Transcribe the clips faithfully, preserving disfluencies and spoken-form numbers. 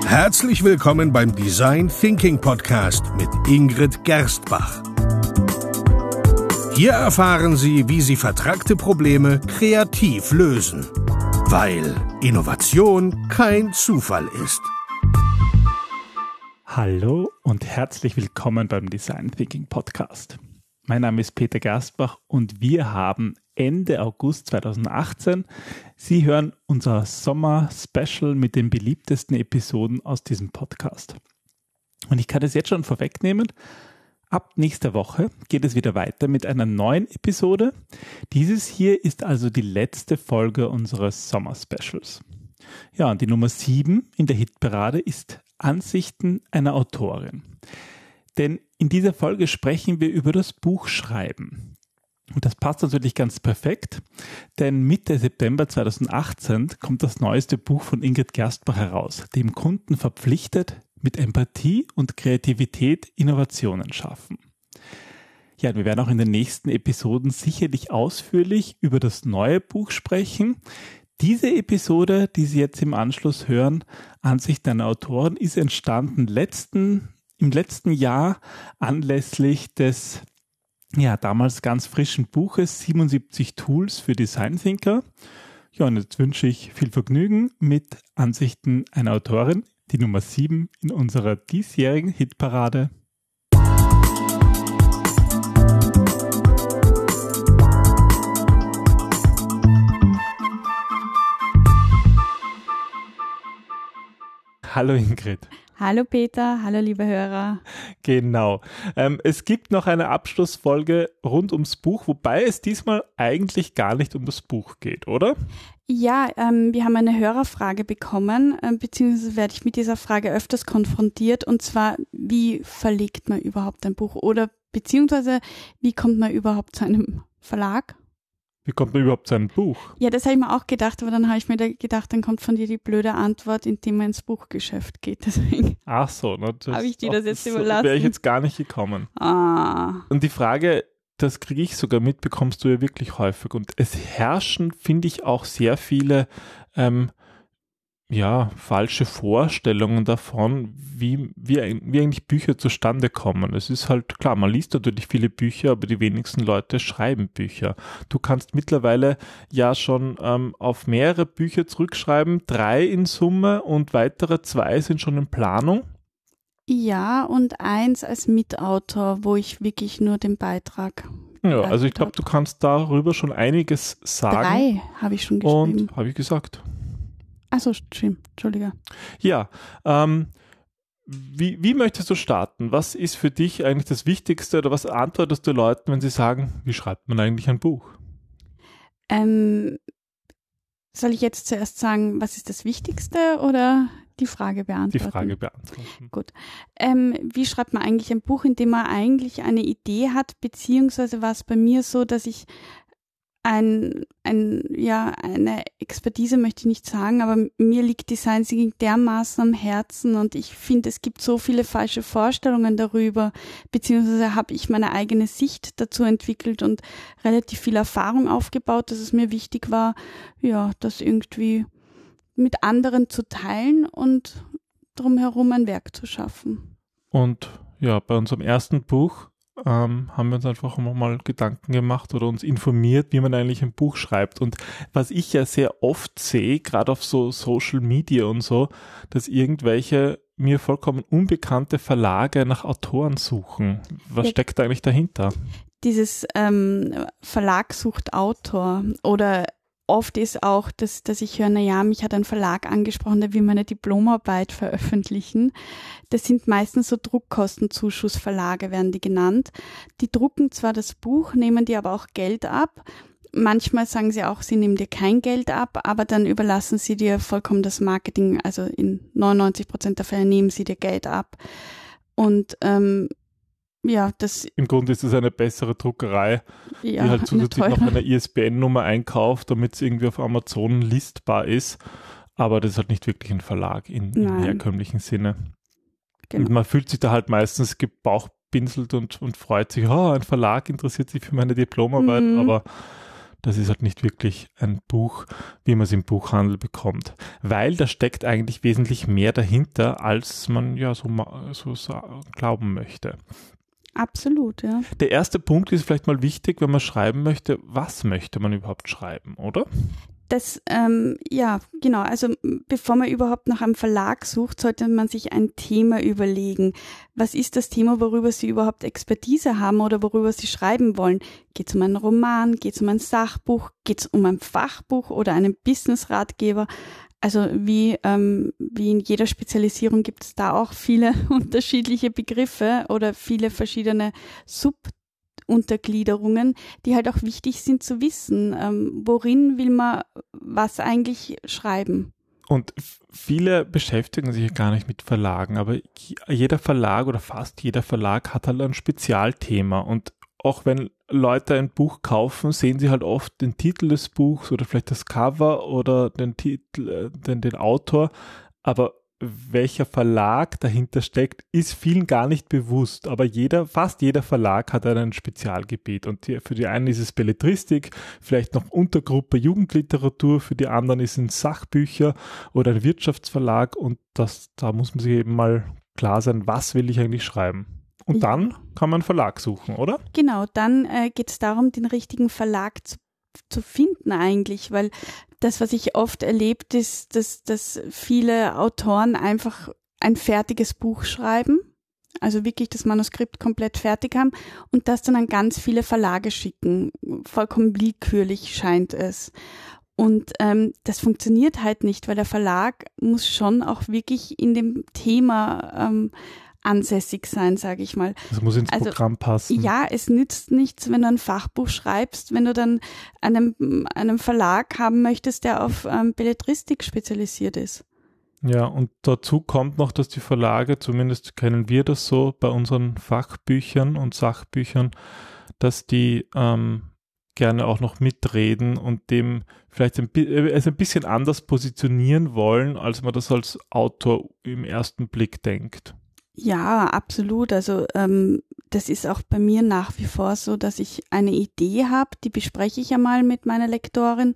Herzlich willkommen beim Design Thinking Podcast mit Ingrid Gerstbach. Hier erfahren Sie, wie Sie vertrackte Probleme kreativ lösen, weil Innovation kein Zufall ist. Hallo und herzlich willkommen beim Design Thinking Podcast. Mein Name ist Peter Gerstbach und wir haben Ende August zweitausendachtzehn. Sie hören unser Sommer-Special mit den beliebtesten Episoden aus diesem Podcast. Und ich kann es jetzt schon vorwegnehmen, ab nächster Woche geht es wieder weiter mit einer neuen Episode. Dieses hier ist also die letzte Folge unseres Sommer-Specials. Ja, und die Nummer sieben in der Hitparade ist Ansichten einer Autorin. Denn in dieser Folge sprechen wir über das Buchschreiben. Und das passt natürlich ganz perfekt, denn Mitte September zweitausendachtzehn kommt das neueste Buch von Ingrid Gerstbach heraus, dem Kunden verpflichtet, mit Empathie und Kreativität Innovationen schaffen. Ja, wir werden auch in den nächsten Episoden sicherlich ausführlich über das neue Buch sprechen. Diese Episode, die Sie jetzt im Anschluss hören, Ansicht einer Autorin, ist entstanden letzten, im letzten Jahr anlässlich des ja, damals ganz frischen Buches siebenundsiebzig Tools für Design Thinker. Ja, und jetzt wünsche ich viel Vergnügen mit Ansichten einer Autorin, die Nummer sieben in unserer diesjährigen Hitparade. Hallo Ingrid. Hallo Peter, hallo liebe Hörer. Genau. Ähm, es gibt noch eine Abschlussfolge rund ums Buch, wobei es diesmal eigentlich gar nicht um das Buch geht, oder? Ja, ähm, wir haben eine Hörerfrage bekommen, äh, beziehungsweise werde ich mit dieser Frage öfters konfrontiert, und zwar, wie verlegt man überhaupt ein Buch oder beziehungsweise wie kommt man überhaupt zu einem Verlag? Wie kommt man überhaupt zu einem Buch? Ja, das habe ich mir auch gedacht, aber dann habe ich mir gedacht, dann kommt von dir die blöde Antwort, indem man ins Buchgeschäft geht. Deswegen Ach so, ne, habe ich dir das jetzt das überlassen. Wäre ich jetzt gar nicht gekommen. Ah. Und die Frage, das kriege ich sogar mit, bekommst du ja wirklich häufig. Und es herrschen, finde ich, auch sehr viele ähm, ja, falsche Vorstellungen davon, wie, wie, wie eigentlich Bücher zustande kommen. Es ist halt klar, man liest natürlich viele Bücher, aber die wenigsten Leute schreiben Bücher. Du kannst mittlerweile ja schon ähm, auf mehrere Bücher zurückschreiben, drei in Summe und weitere zwei sind schon in Planung. Ja, und eins als Mitautor, wo ich wirklich nur den Beitrag Ja, also ich glaube, du kannst darüber schon einiges sagen. Drei habe ich schon geschrieben. Und habe ich gesagt. Achso, stimmt, Entschuldige. Ja, ähm, wie, wie möchtest du starten? Was ist für dich eigentlich das Wichtigste oder was antwortest du Leuten, wenn sie sagen, wie schreibt man eigentlich ein Buch? Ähm, soll ich jetzt zuerst sagen, was ist das Wichtigste oder die Frage beantworten? Die Frage beantworten. Gut. Ähm, wie schreibt man eigentlich ein Buch, in dem man eigentlich eine Idee hat, beziehungsweise war es bei mir so, dass ich Ein, ein, ja, eine Expertise möchte ich nicht sagen, aber mir liegt Design Thinking dermaßen am Herzen und ich finde, es gibt so viele falsche Vorstellungen darüber, beziehungsweise habe ich meine eigene Sicht dazu entwickelt und relativ viel Erfahrung aufgebaut, dass es mir wichtig war, ja, das irgendwie mit anderen zu teilen und drumherum ein Werk zu schaffen. Und ja, bei unserem ersten Buch Ähm, haben wir uns einfach mal Gedanken gemacht oder uns informiert, wie man eigentlich ein Buch schreibt. Und was ich ja sehr oft sehe, gerade auf so Social Media und so, dass irgendwelche mir vollkommen unbekannte Verlage nach Autoren suchen. Was ja, steckt da eigentlich dahinter? Dieses ähm, Verlag sucht Autor oder oft ist auch, dass, dass ich höre, naja, mich hat ein Verlag angesprochen, der will meine Diplomarbeit veröffentlichen. Das sind meistens so Druckkostenzuschussverlage, werden die genannt. Die drucken zwar das Buch, nehmen dir aber auch Geld ab. Manchmal sagen sie auch, sie nehmen dir kein Geld ab, aber dann überlassen sie dir vollkommen das Marketing. Also in neunundneunzig Prozent der Fälle nehmen sie dir Geld ab. Und ähm, ja, das im Grunde ist es eine bessere Druckerei, ja, die halt zusätzlich noch eine I S B N-Nummer einkauft, damit es irgendwie auf Amazon listbar ist. Aber das ist halt nicht wirklich ein Verlag in, im herkömmlichen Sinne. Genau. Und man fühlt sich da halt meistens gebauchpinselt und, und freut sich, oh, ein Verlag interessiert sich für meine Diplomarbeit, mhm. aber das ist halt nicht wirklich ein Buch, wie man es im Buchhandel bekommt. Weil da steckt eigentlich wesentlich mehr dahinter, als man ja so, so, so glauben möchte. Absolut, ja. Der erste Punkt ist vielleicht mal wichtig, wenn man schreiben möchte, was möchte man überhaupt schreiben, oder? Das, ähm, ja, genau. Also bevor man überhaupt nach einem Verlag sucht, sollte man sich ein Thema überlegen. Was ist das Thema, worüber Sie überhaupt Expertise haben oder worüber Sie schreiben wollen? Geht es um einen Roman? Geht es um ein Sachbuch? Geht es um ein Fachbuch oder einen Business-Ratgeber? Also wie, ähm, wie in jeder Spezialisierung gibt es da auch viele unterschiedliche Begriffe oder viele verschiedene Sub Untergliederungen, die halt auch wichtig sind zu wissen, ähm, worin will man was eigentlich schreiben. Und viele beschäftigen sich gar nicht mit Verlagen, aber jeder Verlag oder fast jeder Verlag hat halt ein Spezialthema und auch wenn Leute ein Buch kaufen, sehen sie halt oft den Titel des Buchs oder vielleicht das Cover oder den Titel, den, den Autor, aber welcher Verlag dahinter steckt, ist vielen gar nicht bewusst, aber jeder, fast jeder Verlag hat ein Spezialgebiet und die, für die einen ist es Belletristik, vielleicht noch Untergruppe Jugendliteratur, für die anderen ist es Sachbücher oder ein Wirtschaftsverlag und das, da muss man sich eben mal klar sein, was will ich eigentlich schreiben. Und Ja. dann kann man einen Verlag suchen, oder? Genau, dann äh, geht es darum, den richtigen Verlag zu, zu finden eigentlich, weil das, was ich oft erlebt, ist, dass, dass viele Autoren einfach ein fertiges Buch schreiben, also wirklich das Manuskript komplett fertig haben und das dann an ganz viele Verlage schicken. Vollkommen willkürlich scheint es. Und ähm, das funktioniert halt nicht, weil der Verlag muss schon auch wirklich in dem Thema ähm, ansässig sein, sage ich mal. Das muss ins Also, Programm passen. Ja, es nützt nichts, wenn du ein Fachbuch schreibst, wenn du dann einen, einen Verlag haben möchtest, der auf ähm, Belletristik spezialisiert ist. Ja, und dazu kommt noch, dass die Verlage, zumindest kennen wir das so bei unseren Fachbüchern und Sachbüchern, dass die ähm, gerne auch noch mitreden und dem vielleicht ein, es ein bisschen anders positionieren wollen, als man das als Autor im ersten Blick denkt. Ja, absolut. Also ähm, das ist auch bei mir nach wie vor so, dass ich eine Idee habe, die bespreche ich ja mal mit meiner Lektorin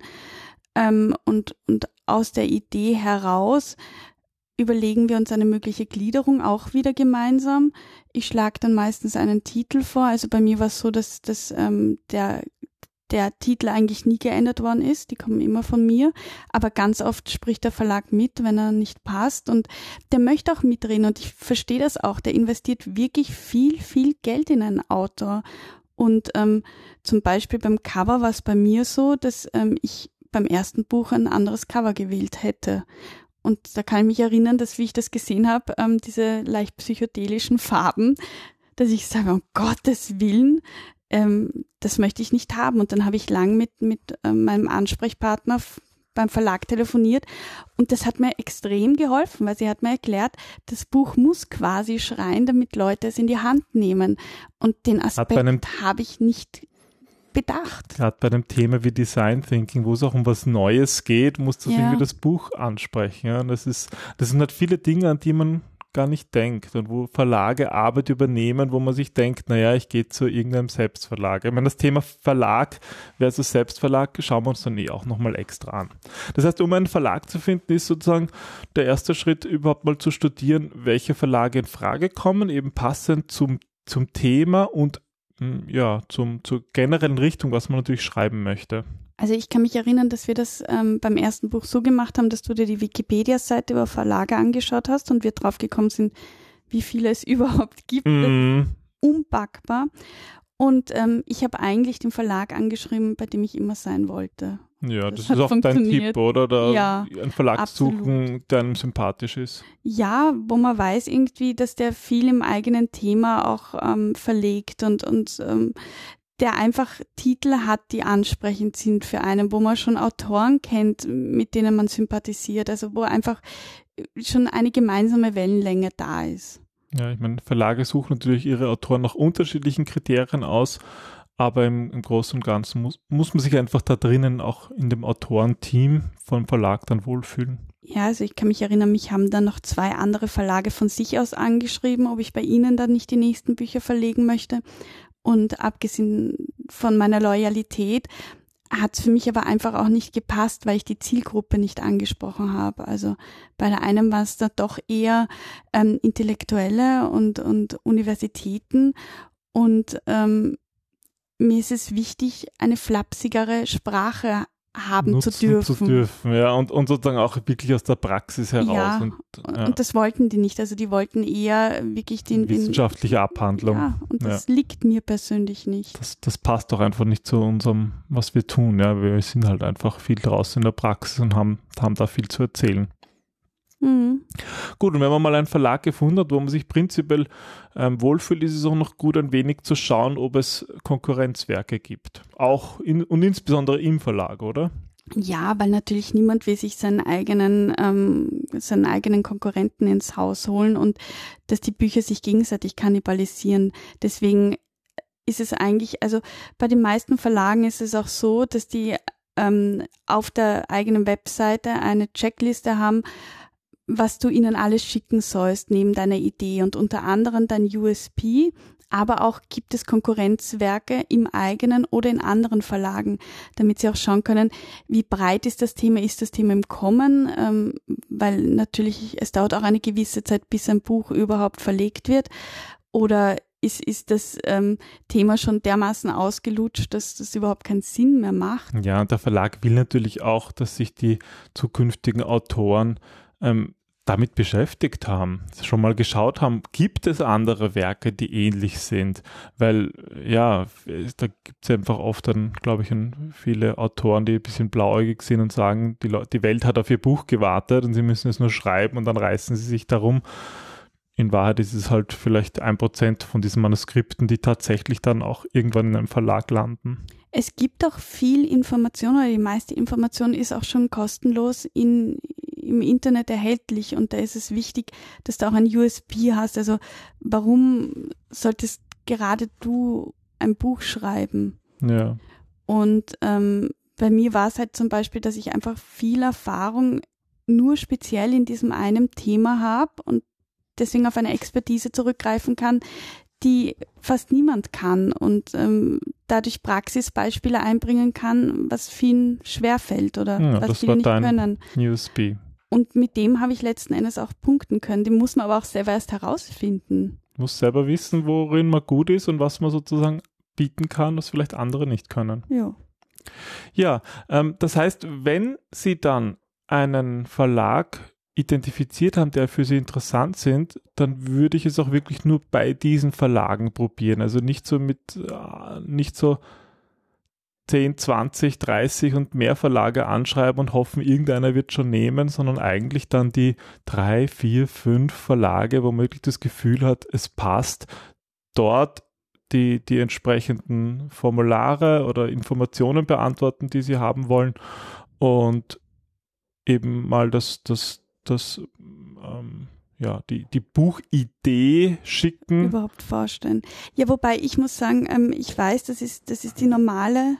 ähm, und, und aus der Idee heraus überlegen wir uns eine mögliche Gliederung auch wieder gemeinsam. Ich schlage dann meistens einen Titel vor. Also bei mir war es so, dass, dass ähm, der der Titel eigentlich nie geändert worden ist, die kommen immer von mir, aber ganz oft spricht der Verlag mit, wenn er nicht passt und der möchte auch mitreden und ich verstehe das auch, der investiert wirklich viel, viel Geld in einen Autor und ähm, zum Beispiel beim Cover war es bei mir so, dass ähm, ich beim ersten Buch ein anderes Cover gewählt hätte und da kann ich mich erinnern, dass wie ich das gesehen habe, ähm, diese leicht psychedelischen Farben, dass ich sage, um Gottes Willen, Ähm, das möchte ich nicht haben. Und dann habe ich lang mit, mit äh, meinem Ansprechpartner f- beim Verlag telefoniert und das hat mir extrem geholfen, weil sie hat mir erklärt, das Buch muss quasi schreien, damit Leute es in die Hand nehmen. Und den Aspekt habe ich nicht bedacht. Gerade bei einem Thema wie Design Thinking, wo es auch um was Neues geht, muss das Ja. irgendwie das Buch ansprechen. Ja? Und das ist, das sind halt viele Dinge, an die man gar nicht denkt und wo Verlage Arbeit übernehmen, wo man sich denkt, naja, ich gehe zu irgendeinem Selbstverlag. Ich meine, das Thema Verlag versus Selbstverlag schauen wir uns dann eh auch nochmal extra an. Das heißt, um einen Verlag zu finden, ist sozusagen der erste Schritt, überhaupt mal zu studieren, welche Verlage in Frage kommen, eben passend zum, zum Thema und ja, zum, zur generellen Richtung, was man natürlich schreiben möchte. Also ich kann mich erinnern, dass wir das ähm, beim ersten Buch so gemacht haben, dass du dir die Wikipedia-Seite über Verlage angeschaut hast und wir drauf gekommen sind, wie viele es überhaupt gibt. Mm. Unpackbar. Und ähm, ich habe eigentlich den Verlag angeschrieben, bei dem ich immer sein wollte. Ja, Das das, hat ist auch dein funktioniert. Tipp, oder? Da Ja, einen Verlag absolut. suchen, der einem sympathisch ist. Ja, wo man weiß irgendwie, dass der viel im eigenen Thema auch ähm, verlegt und, und ähm, der einfach Titel hat, die ansprechend sind für einen, wo man schon Autoren kennt, mit denen man sympathisiert, also wo einfach schon eine gemeinsame Wellenlänge da ist. Ja, ich meine, Verlage suchen natürlich ihre Autoren nach unterschiedlichen Kriterien aus, aber im, im Großen und Ganzen muss, muss man sich einfach da drinnen auch in dem Autorenteam vom Verlag dann wohlfühlen. Ja, also ich kann mich erinnern, mich haben dann noch zwei andere Verlage von sich aus angeschrieben, ob ich bei ihnen dann nicht die nächsten Bücher verlegen möchte. Und abgesehen von meiner Loyalität hat es für mich aber einfach auch nicht gepasst, weil ich die Zielgruppe nicht angesprochen habe. Also bei der einen war es da doch eher ähm, Intellektuelle und, und Universitäten und ähm, mir ist es wichtig, eine flapsigere Sprache haben Nutzen zu dürfen. zu dürfen, ja, und, und sozusagen auch wirklich aus der Praxis heraus. Ja, und, ja. und das wollten die nicht. Also die wollten eher wirklich den... Wissenschaftliche Abhandlung. Ja, und das ja. liegt mir persönlich nicht. Das, das passt doch einfach nicht zu unserem, was wir tun. Ja, wir sind halt einfach viel draußen in der Praxis und haben, haben da viel zu erzählen. Mhm. Gut, und wenn man mal einen Verlag gefunden hat, wo man sich prinzipiell ähm, wohlfühlt, ist es auch noch gut, ein wenig zu schauen, ob es Konkurrenzwerke gibt. Auch in, und insbesondere im Verlag, oder? Ja, weil natürlich niemand will sich seinen eigenen, ähm, seinen eigenen Konkurrenten ins Haus holen und dass die Bücher sich gegenseitig kannibalisieren. Deswegen ist es eigentlich, also bei den meisten Verlagen ist es auch so, dass die ähm, auf der eigenen Webseite eine Checkliste haben, was du ihnen alles schicken sollst neben deiner Idee und unter anderem dein U S P, aber auch gibt es Konkurrenzwerke im eigenen oder in anderen Verlagen, damit sie auch schauen können, wie breit ist das Thema, ist das Thema im Kommen, ähm, weil natürlich es dauert auch eine gewisse Zeit, bis ein Buch überhaupt verlegt wird, oder ist, ist das ähm, Thema schon dermaßen ausgelutscht, dass das überhaupt keinen Sinn mehr macht. Ja, und der Verlag will natürlich auch, dass sich die zukünftigen Autoren ähm, damit beschäftigt haben, schon mal geschaut haben, gibt es andere Werke, die ähnlich sind, weil ja, da gibt es einfach oft dann, glaube ich, viele Autoren, die ein bisschen blauäugig sind und sagen, die, Le- die Welt hat auf ihr Buch gewartet und sie müssen es nur schreiben und dann reißen sie sich darum. In Wahrheit ist es halt vielleicht ein Prozent von diesen Manuskripten, die tatsächlich dann auch irgendwann in einem Verlag landen. Es gibt auch viel Information, oder die meiste Information ist auch schon kostenlos in, im Internet erhältlich und da ist es wichtig, dass du auch ein U S P hast. Also warum solltest gerade du ein Buch schreiben? Ja. Und ähm, bei mir war es halt zum Beispiel, dass ich einfach viel Erfahrung nur speziell in diesem einen Thema habe und deswegen auf eine Expertise zurückgreifen kann, die fast niemand kann und ähm, dadurch Praxisbeispiele einbringen kann, was vielen schwerfällt oder Ja, was das viele war nicht dein können. U S P. Und mit dem habe ich letzten Endes auch punkten können. Den muss man aber auch selber erst herausfinden. Du musst selber wissen, worin man gut ist und was man sozusagen bieten kann, was vielleicht andere nicht können. Ja. Ja, ähm, das heißt, wenn Sie dann einen Verlag identifiziert haben, der für Sie interessant sind, dann würde ich es auch wirklich nur bei diesen Verlagen probieren. Also nicht so mit, äh, nicht so zehn, zwanzig, dreißig und mehr Verlage anschreiben und hoffen, irgendeiner wird schon nehmen, sondern eigentlich dann die drei, vier, fünf Verlage, wo man wirklich das Gefühl hat, es passt, dort die, die entsprechenden Formulare oder Informationen beantworten, die Sie haben wollen und eben mal das, das, das ähm, ja, die, die Buchidee schicken. Überhaupt vorstellen. Ja, wobei ich muss sagen, ähm, ich weiß, das ist, das ist die normale,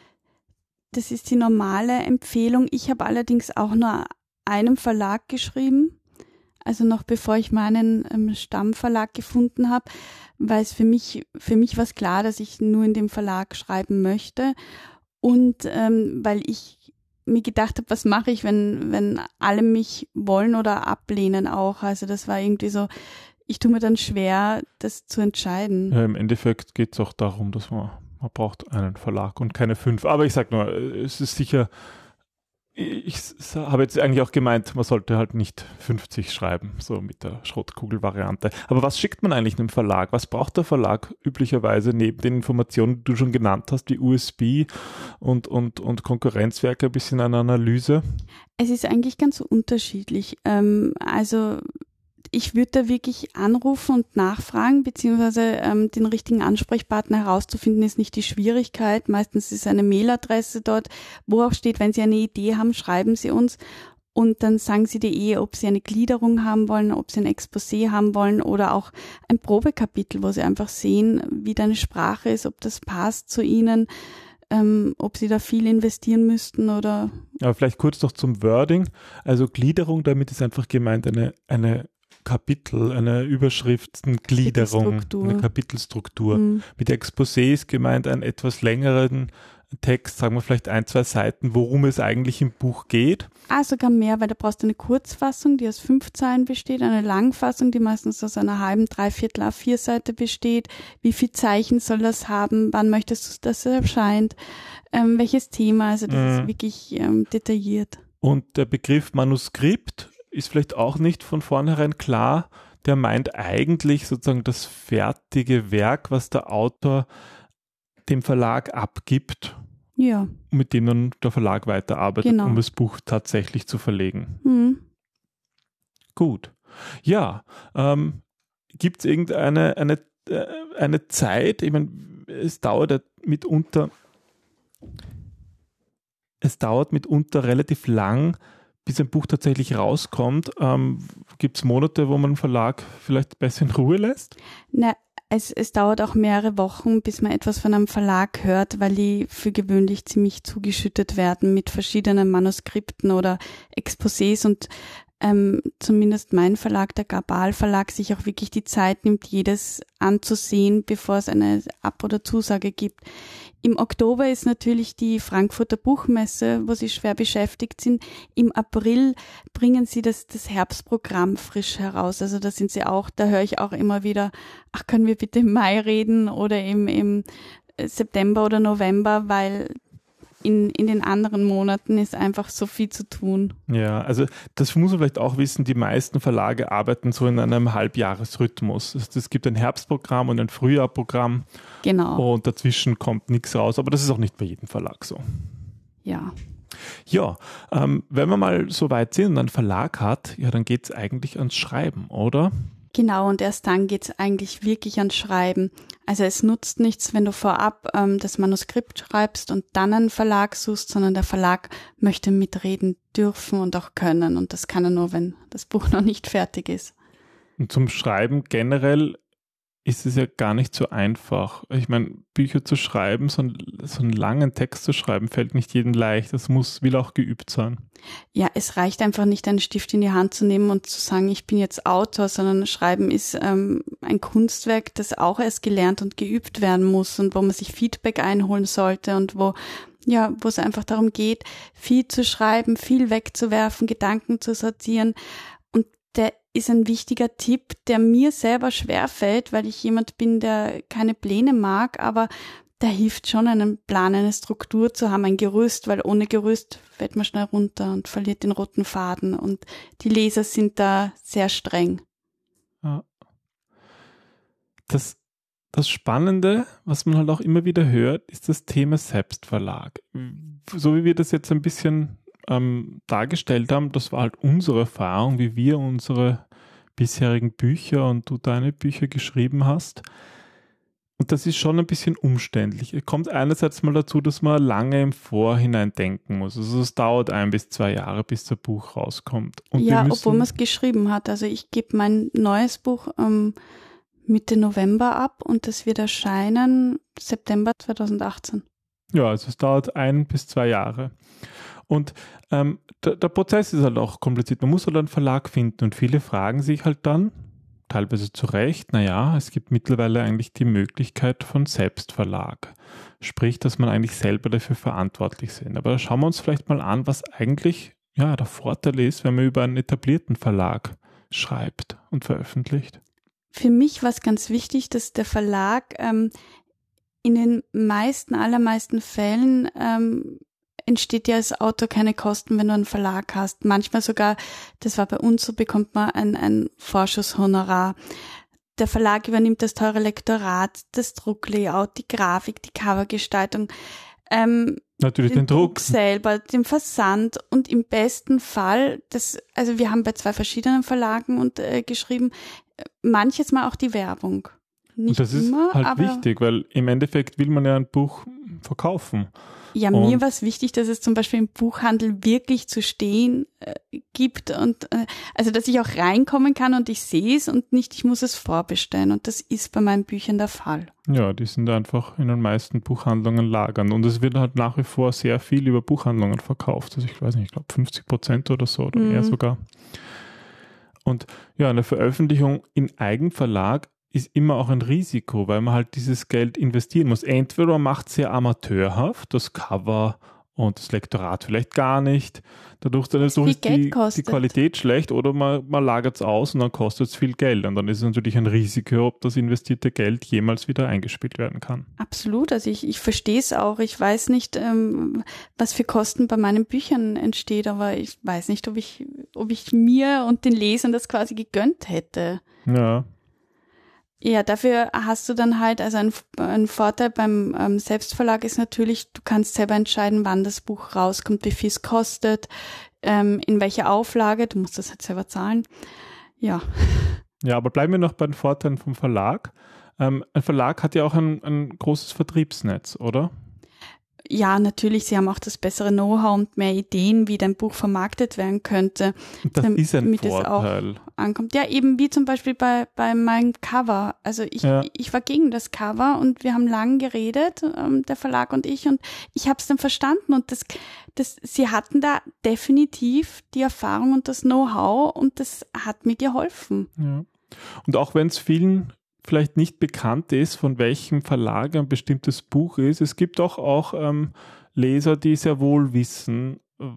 das ist die normale Empfehlung. Ich habe allerdings auch nur einem Verlag geschrieben, also noch bevor ich meinen ähm, Stammverlag gefunden habe, weil es für mich, für mich war es klar, dass ich nur in dem Verlag schreiben möchte und ähm, weil ich mir gedacht habe, was mache ich, wenn, wenn alle mich wollen oder ablehnen auch. Also das war irgendwie so, ich tue mir dann schwer, das zu entscheiden. Ja, im Endeffekt geht es auch darum, dass man, man braucht einen Verlag und keine fünf. Aber ich sag nur, es ist sicher, ich habe jetzt eigentlich auch gemeint, man sollte halt nicht fünfzig schreiben, so mit der Schrottkugel-Variante. Aber was schickt man eigentlich einem Verlag? Was braucht der Verlag üblicherweise neben den Informationen, die du schon genannt hast, wie U S B und, und, und Konkurrenzwerke, ein bisschen eine Analyse? Es ist eigentlich ganz unterschiedlich. Ähm, also ich würde da wirklich anrufen und nachfragen, beziehungsweise ähm, den richtigen Ansprechpartner herauszufinden, ist nicht die Schwierigkeit. Meistens ist eine Mailadresse dort, wo auch steht, wenn Sie eine Idee haben, schreiben Sie uns und dann sagen Sie dir eh, ob Sie eine Gliederung haben wollen, ob Sie ein Exposé haben wollen oder auch ein Probekapitel, wo Sie einfach sehen, wie deine Sprache ist, ob das passt zu Ihnen, ähm, ob Sie da viel investieren müssten oder... Aber vielleicht kurz noch zum Wording. Also Gliederung, damit ist einfach gemeint eine, eine Kapitel, eine Überschriftengliederung, Kapitelstruktur. eine Kapitelstruktur. Mhm. Mit Exposé ist gemeint, einen etwas längeren Text, sagen wir vielleicht ein, zwei Seiten, worum es eigentlich im Buch geht? Ah, sogar mehr, weil da brauchst du eine Kurzfassung, die aus fünf Zeilen besteht, eine Langfassung, die meistens aus einer halben, dreiviertel A vier Seite besteht. Wie viel Zeichen soll das haben? Wann möchtest du, dass es erscheint? Ähm, welches Thema? Also das mhm. ist wirklich ähm, detailliert. Und der Begriff Manuskript ist vielleicht auch nicht von vornherein klar. Der meint eigentlich sozusagen das fertige Werk, was der Autor dem Verlag abgibt, ja. mit dem dann der Verlag weiterarbeitet, genau. um das Buch tatsächlich zu verlegen. Mhm. Gut. Ja, ähm, gibt es irgendeine eine, äh, eine Zeit, ich meine, es dauert ja mitunter, es dauert mitunter relativ lang, bis ein Buch tatsächlich rauskommt. Ähm, gibt es Monate, wo man einen Verlag vielleicht besser in Ruhe lässt? Na, Es, es dauert auch mehrere Wochen, bis man etwas von einem Verlag hört, weil die für gewöhnlich ziemlich zugeschüttet werden mit verschiedenen Manuskripten oder Exposés und ähm, zumindest mein Verlag, der Gabal Verlag, sich auch wirklich die Zeit nimmt, jedes anzusehen, bevor es eine Ab- oder Zusage gibt. Im Oktober ist natürlich die Frankfurter Buchmesse, wo sie schwer beschäftigt sind. Im April bringen sie das, das Herbstprogramm frisch heraus. Also da sind sie auch, da höre ich auch immer wieder, ach, können wir bitte im Mai reden oder im, im September oder November, weil in, in den anderen Monaten ist einfach so viel zu tun. Ja, also das muss man vielleicht auch wissen, die meisten Verlage arbeiten so in einem Halbjahresrhythmus. Es gibt ein Herbstprogramm und ein Frühjahrprogramm. Genau. Und dazwischen kommt nichts raus, aber das ist auch nicht bei jedem Verlag so. Ja. Ja, ähm, wenn wir mal so weit sind und einen Verlag hat, ja, dann geht es eigentlich ans Schreiben, oder? Genau, und erst dann geht es eigentlich wirklich ans Schreiben. Also es nutzt nichts, wenn du vorab ähm, das Manuskript schreibst und dann einen Verlag suchst, sondern der Verlag möchte mitreden dürfen und auch können. Und das kann er nur, wenn das Buch noch nicht fertig ist. Und zum Schreiben generell ist es ja gar nicht so einfach. Ich meine, Bücher zu schreiben, so, ein, so einen langen Text zu schreiben, fällt nicht jedem leicht. Das muss, will auch geübt sein. Ja, es reicht einfach nicht, einen Stift in die Hand zu nehmen und zu sagen, ich bin jetzt Autor, sondern Schreiben ist ähm, ein Kunstwerk, das auch erst gelernt und geübt werden muss und wo man sich Feedback einholen sollte und wo ja, wo es einfach darum geht, viel zu schreiben, viel wegzuwerfen, Gedanken zu sortieren. Und der ist ein wichtiger Tipp, der mir selber schwerfällt, weil ich jemand bin, der keine Pläne mag, aber da hilft schon, einen Plan, eine Struktur zu haben, ein Gerüst, weil ohne Gerüst fällt man schnell runter und verliert den roten Faden und die Leser sind da sehr streng. Ja. Das, das Spannende, was man halt auch immer wieder hört, ist das Thema Selbstverlag. So wie wir das jetzt ein bisschen ähm, dargestellt haben, das war halt unsere Erfahrung, wie wir unsere bisherigen Bücher und du deine Bücher geschrieben hast. Und das ist schon ein bisschen umständlich. Es kommt einerseits mal dazu, dass man lange im Vorhinein denken muss. Also es dauert ein bis zwei Jahre, bis das Buch rauskommt. Und ja, müssen, obwohl man es geschrieben hat. Also ich gebe mein neues Buch ähm, Mitte November ab und das wird erscheinen September zweitausendachtzehn. Ja, also es dauert ein bis zwei Jahre. Und ähm, der, der Prozess ist halt auch kompliziert. Man muss halt einen Verlag finden und viele fragen sich halt dann, teilweise zu Recht, naja, es gibt mittlerweile eigentlich die Möglichkeit von Selbstverlag. Sprich, dass man eigentlich selber dafür verantwortlich sind. Aber schauen wir uns vielleicht mal an, was eigentlich ja, der Vorteil ist, wenn man über einen etablierten Verlag schreibt und veröffentlicht. Für mich war es ganz wichtig, dass der Verlag ähm, in den meisten, allermeisten Fällen ähm, entsteht ja als Autor keine Kosten, wenn du einen Verlag hast. Manchmal sogar, das war bei uns so, bekommt man ein, ein Vorschusshonorar. Der Verlag übernimmt das teure Lektorat, das Drucklayout, die Grafik, die Covergestaltung, ähm, Natürlich den, den Druck selber, den Versand und im besten Fall, das, also wir haben bei zwei verschiedenen Verlagen und äh, geschrieben, manches Mal auch die Werbung. Nicht und das ist immer, halt aber wichtig, weil im Endeffekt will man ja ein Buch verkaufen. Ja, und mir war es wichtig, dass es zum Beispiel im Buchhandel wirklich zu stehen äh, gibt und äh, also, dass ich auch reinkommen kann und ich sehe es und nicht, ich muss es vorbestellen und das ist bei meinen Büchern der Fall. Ja, die sind einfach in den meisten Buchhandlungen lagern und es wird halt nach wie vor sehr viel über Buchhandlungen verkauft. Also ich weiß nicht, ich glaube fünfzig Prozent oder so oder mhm. mehr sogar. Und ja, eine Veröffentlichung in Eigenverlag ist immer auch ein Risiko, weil man halt dieses Geld investieren muss. Entweder man macht es sehr amateurhaft, das Cover und das Lektorat vielleicht gar nicht. Dadurch, dadurch ist die, die Qualität schlecht, oder man, man lagert es aus und dann kostet es viel Geld. Und dann ist es natürlich ein Risiko, ob das investierte Geld jemals wieder eingespielt werden kann. Absolut, also ich, ich verstehe es auch. Ich weiß nicht, ähm, was für Kosten bei meinen Büchern entsteht, aber ich weiß nicht, ob ich, ob ich mir und den Lesern das quasi gegönnt hätte. Ja. Ja, dafür hast du dann halt, also ein, ein Vorteil beim ähm, Selbstverlag ist natürlich, du kannst selber entscheiden, wann das Buch rauskommt, wie viel es kostet, ähm, in welcher Auflage, du musst das halt selber zahlen. Ja. Ja, aber bleiben wir noch bei den Vorteilen vom Verlag. Ähm, ein Verlag hat ja auch ein, ein großes Vertriebsnetz, oder? Ja, natürlich, sie haben auch das bessere Know-how und mehr Ideen, wie dein Buch vermarktet werden könnte. Und das ist ein Vorteil. Es auch ankommt. Ja, eben wie zum Beispiel bei, bei meinem Cover. Also ich, ja. ich war gegen das Cover und wir haben lang geredet, ähm, der Verlag und ich, und ich habe es dann verstanden und das, das, sie hatten da definitiv die Erfahrung und das Know-how und das hat mir geholfen. Ja. Und auch wenn es vielen vielleicht nicht bekannt ist, von welchem Verlag ein bestimmtes Buch ist. Es gibt auch, auch ähm, Leser, die sehr wohl wissen,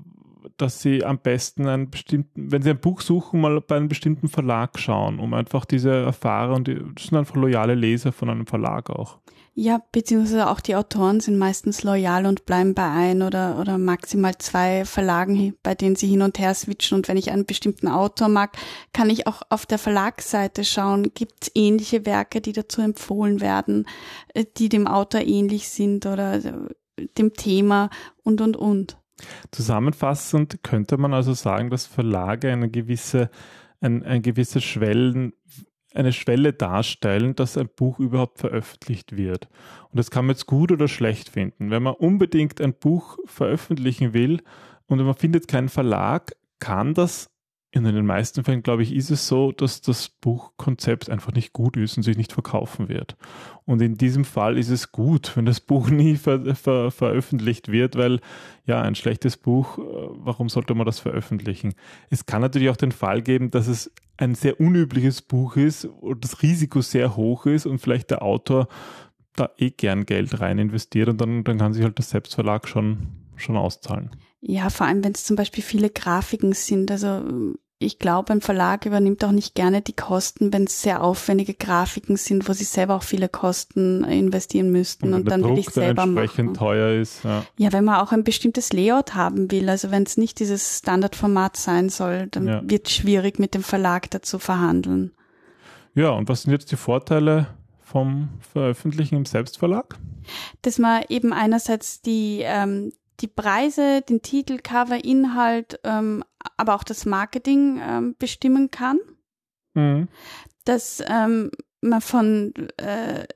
dass sie am besten einen bestimmten, wenn sie ein Buch suchen, mal bei einem bestimmten Verlag schauen, um einfach diese Erfahrung, die, das sind einfach loyale Leser von einem Verlag auch. Ja, beziehungsweise auch die Autoren sind meistens loyal und bleiben bei ein oder, oder maximal zwei Verlagen, bei denen sie hin und her switchen. Und wenn ich einen bestimmten Autor mag, kann ich auch auf der Verlagsseite schauen, gibt es ähnliche Werke, die dazu empfohlen werden, die dem Autor ähnlich sind oder dem Thema und, und, und. Zusammenfassend könnte man also sagen, dass Verlage eine gewisse, ein, ein gewisse Schwellen eine Schwelle darstellen, dass ein Buch überhaupt veröffentlicht wird. Und das kann man jetzt gut oder schlecht finden. Wenn man unbedingt ein Buch veröffentlichen will und man findet keinen Verlag, kann das, in den meisten Fällen, glaube ich, ist es so, dass das Buchkonzept einfach nicht gut ist und sich nicht verkaufen wird. Und in diesem Fall ist es gut, wenn das Buch nie ver- ver- veröffentlicht wird, weil ja, ein schlechtes Buch, warum sollte man das veröffentlichen? Es kann natürlich auch den Fall geben, dass es ein sehr unübliches Buch ist und das Risiko sehr hoch ist und vielleicht der Autor da eh gern Geld rein investiert und dann, dann kann sich halt der Selbstverlag schon, schon auszahlen. Ja, vor allem, wenn es zum Beispiel viele Grafiken sind. Also ich glaube, ein Verlag übernimmt auch nicht gerne die Kosten, wenn es sehr aufwendige Grafiken sind, wo sie selber auch viele Kosten investieren müssten. Und, und dann will ich selber machen. Entsprechend teuer ist. Ja. ja, wenn man auch ein bestimmtes Layout haben will, also wenn es nicht dieses Standardformat sein soll, dann ja. wird es schwierig, mit dem Verlag dazu verhandeln. Ja, und was sind jetzt die Vorteile vom Veröffentlichen im Selbstverlag? Dass man eben einerseits die ähm, die Preise, den Titel, Cover, Inhalt, ähm, aber auch das Marketing ähm, bestimmen kann. Mhm. Dass ähm, man von, äh,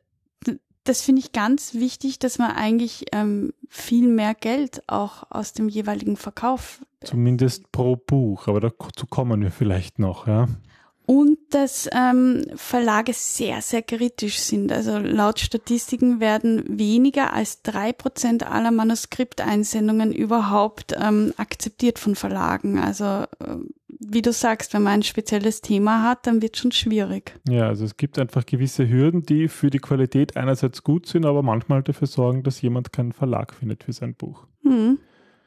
das finde ich ganz wichtig, dass man eigentlich ähm, viel mehr Geld auch aus dem jeweiligen Verkauf. Zumindest pro Buch, aber dazu kommen wir vielleicht noch, ja. Und dass ähm, Verlage sehr, sehr kritisch sind. Also laut Statistiken werden weniger als drei Prozent aller Manuskripteinsendungen überhaupt ähm, akzeptiert von Verlagen. Also äh, wie du sagst, wenn man ein spezielles Thema hat, dann wird es schon schwierig. Ja, also es gibt einfach gewisse Hürden, die für die Qualität einerseits gut sind, aber manchmal dafür sorgen, dass jemand keinen Verlag findet für sein Buch. Hm.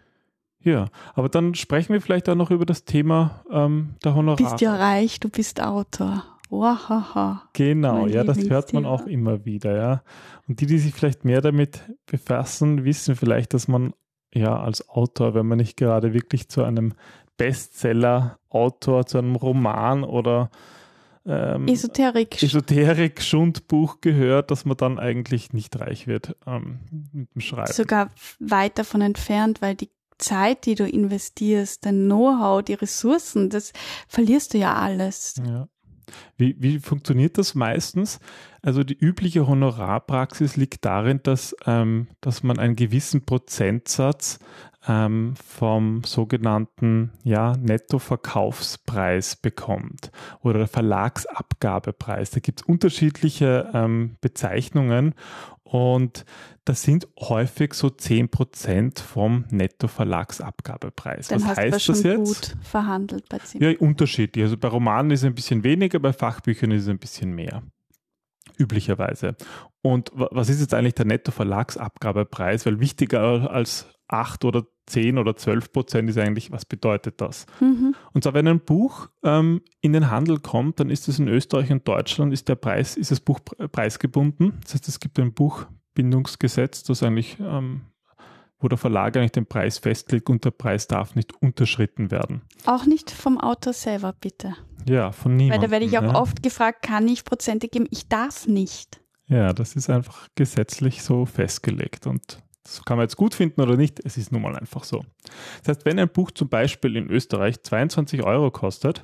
Ja, aber dann sprechen wir vielleicht auch noch über das Thema ähm, der Honorare. Du bist ja reich, du bist Autor. Wahaha. Genau, ja, das hört man auch immer wieder, ja. Und die, die sich vielleicht mehr damit befassen, wissen vielleicht, dass man ja als Autor, wenn man nicht gerade wirklich zu einem Bestseller-Autor, zu einem Roman oder ähm, Esoterik. Esoterik-Schundbuch gehört, dass man dann eigentlich nicht reich wird ähm, mit dem Schreiben. Sogar weit davon entfernt, weil die Zeit, die du investierst, dein Know-how, die Ressourcen, das verlierst du ja alles. Ja. Wie, wie funktioniert das meistens? Also die übliche Honorarpraxis liegt darin, dass, ähm, dass man einen gewissen Prozentsatz ähm, vom sogenannten ja, Nettoverkaufspreis bekommt oder der Verlagsabgabepreis. Da gibt es unterschiedliche ähm, Bezeichnungen und das sind häufig so zehn Prozent vom Nettoverlagsabgabepreis. Dann Was hast heißt du das schon jetzt? Gut verhandelt bei zehn Prozent. Ja, unterschiedlich. Also bei Romanen ist es ein bisschen weniger, bei Fachbüchern ist es ein bisschen mehr. üblicherweise. Und was ist jetzt eigentlich der Netto-Verlagsabgabepreis? Weil wichtiger als acht oder zehn oder zwölf Prozent ist eigentlich, was bedeutet das? Mhm. Und zwar, wenn ein Buch ähm, in den Handel kommt, dann ist es in Österreich und Deutschland, ist der Preis, ist das Buch preisgebunden. Das heißt, es gibt ein Buchbindungsgesetz, das eigentlich, ähm, wo der Verlag eigentlich den Preis festlegt und der Preis darf nicht unterschritten werden. Auch nicht vom Autor selber, bitte. Ja, von niemandem. Weil da werde ich auch ja. oft gefragt, kann ich Prozente geben? Ich darf nicht. Ja, das ist einfach gesetzlich so festgelegt und das kann man jetzt gut finden oder nicht, es ist nun mal einfach so. Das heißt, wenn ein Buch zum Beispiel in Österreich zweiundzwanzig Euro kostet,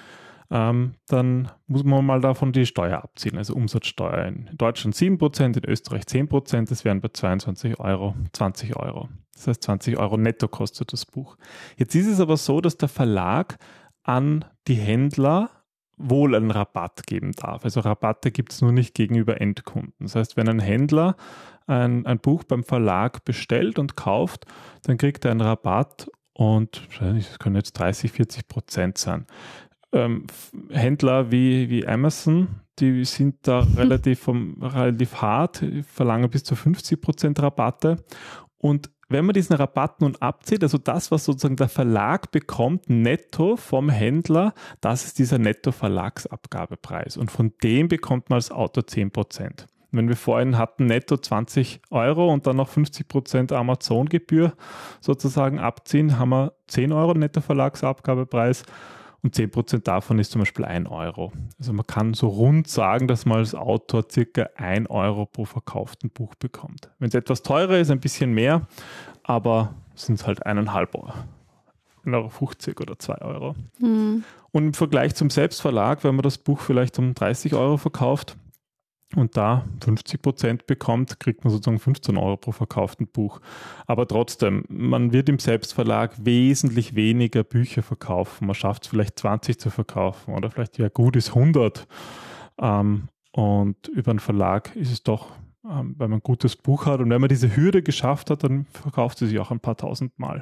ähm, dann muss man mal davon die Steuer abziehen, also Umsatzsteuer. In Deutschland sieben Prozent, in Österreich zehn Prozent, das wären bei zweiundzwanzig Euro zwanzig Euro. Das heißt, zwanzig Euro netto kostet das Buch. Jetzt ist es aber so, dass der Verlag an die Händler wohl einen Rabatt geben darf. Also Rabatte gibt es nur nicht gegenüber Endkunden. Das heißt, wenn ein Händler ein, ein Buch beim Verlag bestellt und kauft, dann kriegt er einen Rabatt und das können jetzt dreißig, vierzig Prozent sein. Ähm, Händler wie, wie Amazon, die sind da relativ, vom, relativ hart, verlangen bis zu fünfzig Prozent Rabatte. Und wenn man diesen Rabatt nun abzieht, also das, was sozusagen der Verlag bekommt, netto vom Händler, das ist dieser Netto-Verlagsabgabepreis. Und von dem bekommt man als Autor zehn Prozent. Wenn wir vorhin hatten netto zwanzig Euro und dann noch fünfzig Prozent Amazon-Gebühr sozusagen abziehen, haben wir zehn Euro Netto-Verlagsabgabepreis und zehn Prozent davon ist zum Beispiel ein Euro. Also man kann so rund sagen, dass man als Autor circa ein Euro pro verkauften Buch bekommt. Wenn es etwas teurer ist, ein bisschen mehr, aber sind es halt eineinhalb Euro. ein Euro fünfzig oder zwei Euro. Mhm. Und im Vergleich zum Selbstverlag, wenn man das Buch vielleicht um dreißig Euro verkauft, und da fünfzig Prozent bekommt, kriegt man sozusagen fünfzehn Euro pro verkauften Buch. Aber trotzdem, man wird im Selbstverlag wesentlich weniger Bücher verkaufen. Man schafft es vielleicht zwanzig zu verkaufen oder vielleicht ja gut ist hundert. Ähm, und über einen Verlag ist es doch, ähm, wenn man ein gutes Buch hat und wenn man diese Hürde geschafft hat, dann verkauft es sich auch ein paar tausend Mal.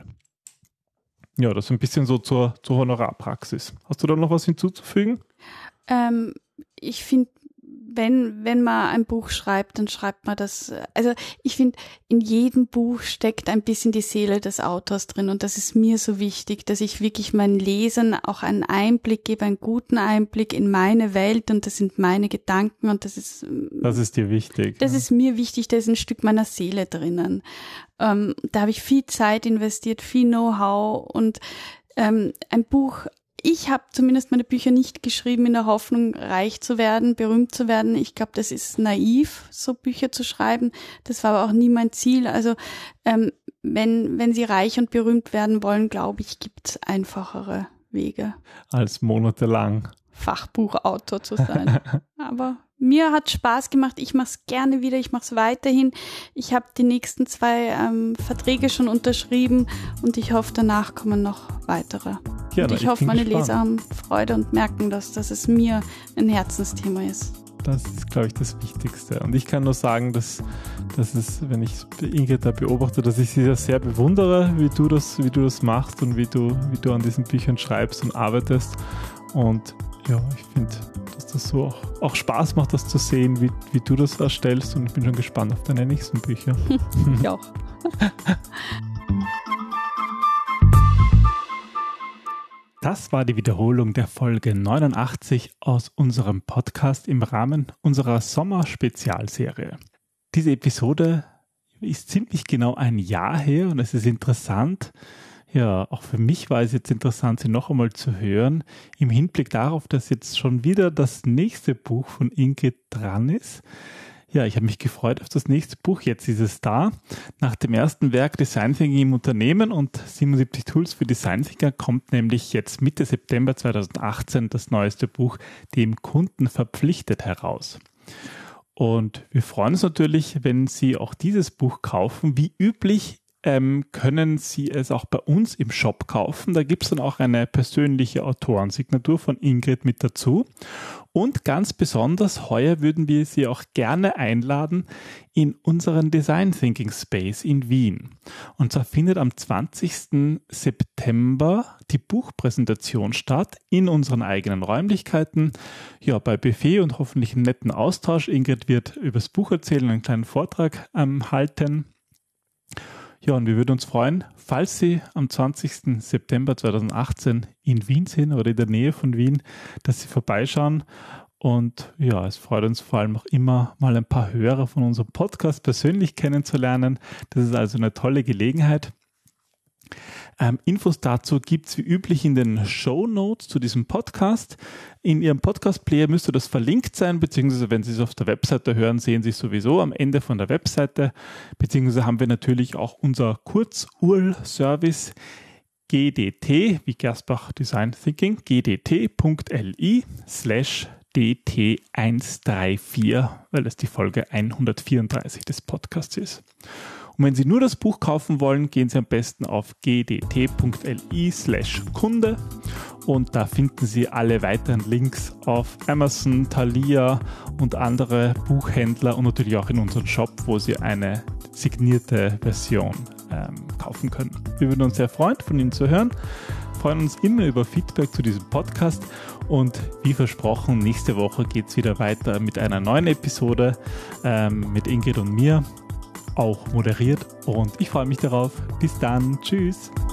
Ja, das ist ein bisschen so zur, zur Honorarpraxis. Hast du da noch was hinzuzufügen? Ähm, ich finde, Wenn, wenn man ein Buch schreibt, dann schreibt man das, also ich finde, in jedem Buch steckt ein bisschen die Seele des Autors drin und das ist mir so wichtig, dass ich wirklich meinen Lesern auch einen Einblick gebe, einen guten Einblick in meine Welt und das sind meine Gedanken und das ist... Das ist dir wichtig. Das ja. ist mir wichtig, da ist ein Stück meiner Seele drinnen. Ähm, da habe ich viel Zeit investiert, viel Know-how und ähm, ein Buch... Ich habe zumindest meine Bücher nicht geschrieben in der Hoffnung, reich zu werden, berühmt zu werden. Ich glaube, das ist naiv, so Bücher zu schreiben. Das war aber auch nie mein Ziel. Also ähm, wenn wenn Sie reich und berühmt werden wollen, glaube ich, gibt es einfachere Wege. Als monatelang Fachbuchautor zu sein. Aber mir hat Spaß gemacht. Ich mache es gerne wieder. Ich mache es weiterhin. Ich habe die nächsten zwei ähm, Verträge schon unterschrieben und ich hoffe, danach kommen noch weitere. Ja, und ich, ich hoffe, meine gespannt. Leser haben Freude und merken das, dass es mir ein Herzensthema ist. Das ist, glaube ich, das Wichtigste. Und ich kann nur sagen, dass, dass es, wenn ich Ingrid da beobachte, dass ich sie sehr bewundere, wie du das, wie du das machst und wie du, wie du an diesen Büchern schreibst und arbeitest. Und ja, ich finde, dass das so auch, auch Spaß macht, das zu sehen, wie, wie du das erstellst. Und ich bin schon gespannt auf deine nächsten Bücher. Ich auch. Das war die Wiederholung der Folge neunundachtzig aus unserem Podcast im Rahmen unserer Sommer-Spezialserie. Diese Episode ist ziemlich genau ein Jahr her und es ist interessant, ja, auch für mich war es jetzt interessant, sie noch einmal zu hören, im Hinblick darauf, dass jetzt schon wieder das nächste Buch von Ingrid dran ist. Ja, ich habe mich gefreut auf das nächste Buch. Jetzt ist es da. Nach dem ersten Werk Design Thinking im Unternehmen und siebenundsiebzig Tools für Design Thinker kommt nämlich jetzt Mitte September zweitausendachtzehn das neueste Buch Dem Kunden verpflichtet heraus. Und wir freuen uns natürlich, wenn Sie auch dieses Buch kaufen. Wie üblich ähm, können Sie es auch bei uns im Shop kaufen. Da gibt es dann auch eine persönliche Autorensignatur von Ingrid mit dazu. Und ganz besonders heuer würden wir Sie auch gerne einladen in unseren Design Thinking Space in Wien. Und zwar findet am zwanzigsten September die Buchpräsentation statt in unseren eigenen Räumlichkeiten. Ja, bei Buffet und hoffentlich einem netten Austausch. Ingrid wird über das Buch erzählen, einen kleinen Vortrag ähm, halten. Ja, und wir würden uns freuen, falls Sie am zwanzigsten September zweitausendachtzehn in Wien sind oder in der Nähe von Wien, dass Sie vorbeischauen. Und ja, es freut uns vor allem auch immer, mal ein paar Hörer von unserem Podcast persönlich kennenzulernen. Das ist also eine tolle Gelegenheit. Ähm, Infos dazu gibt es wie üblich in den Shownotes zu diesem Podcast. In Ihrem Podcast-Player müsste das verlinkt sein, beziehungsweise wenn Sie es auf der Webseite hören, sehen Sie es sowieso am Ende von der Webseite. Beziehungsweise haben wir natürlich auch unser Kurz-U R L-Service G D T, wie Gerstbach Design Thinking, gdt.li slash D T hundertvierunddreißig, weil es die Folge hundertvierunddreißig des Podcasts ist. Und wenn Sie nur das Buch kaufen wollen, gehen Sie am besten auf gdt.li slash Kunde und da finden Sie alle weiteren Links auf Amazon, Thalia und andere Buchhändler und natürlich auch in unserem Shop, wo Sie eine signierte Version ähm, kaufen können. Wir würden uns sehr freuen, von Ihnen zu hören. Wir freuen uns immer über Feedback zu diesem Podcast und wie versprochen, nächste Woche geht es wieder weiter mit einer neuen Episode ähm, mit Ingrid und mir, auch moderiert, und ich freue mich darauf. Bis dann, tschüss!